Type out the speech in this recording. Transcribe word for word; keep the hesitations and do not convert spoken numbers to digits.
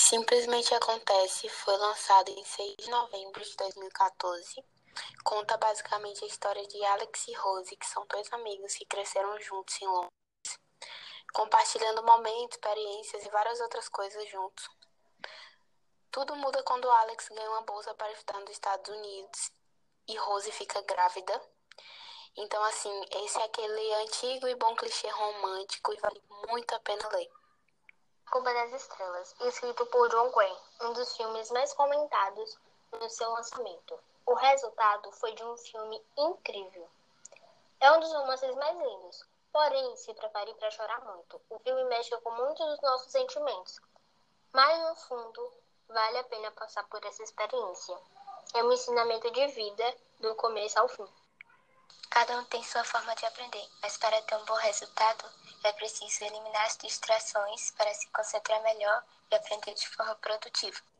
Simplesmente Acontece foi lançado em seis de novembro de dois mil e quatorze. Conta basicamente a história de Alex e Rose, que são dois amigos que cresceram juntos em Londres, compartilhando momentos, experiências e várias outras coisas juntos. Tudo muda quando Alex ganha uma bolsa para estudar nos Estados Unidos e Rose fica grávida. Então, assim, esse é aquele antigo e bom clichê romântico e vale muito a pena ler. Curva das Estrelas, escrito por John Green, um dos filmes mais comentados no seu lançamento. O resultado foi de um filme incrível. É um dos romances mais lindos, porém se prepare para chorar muito. O filme mexe com muitos dos nossos sentimentos, mas no fundo vale a pena passar por essa experiência. É um ensinamento de vida do começo ao fim. Cada um tem sua forma de aprender, mas para ter um bom resultado é preciso eliminar as distrações para se concentrar melhor e aprender de forma produtiva.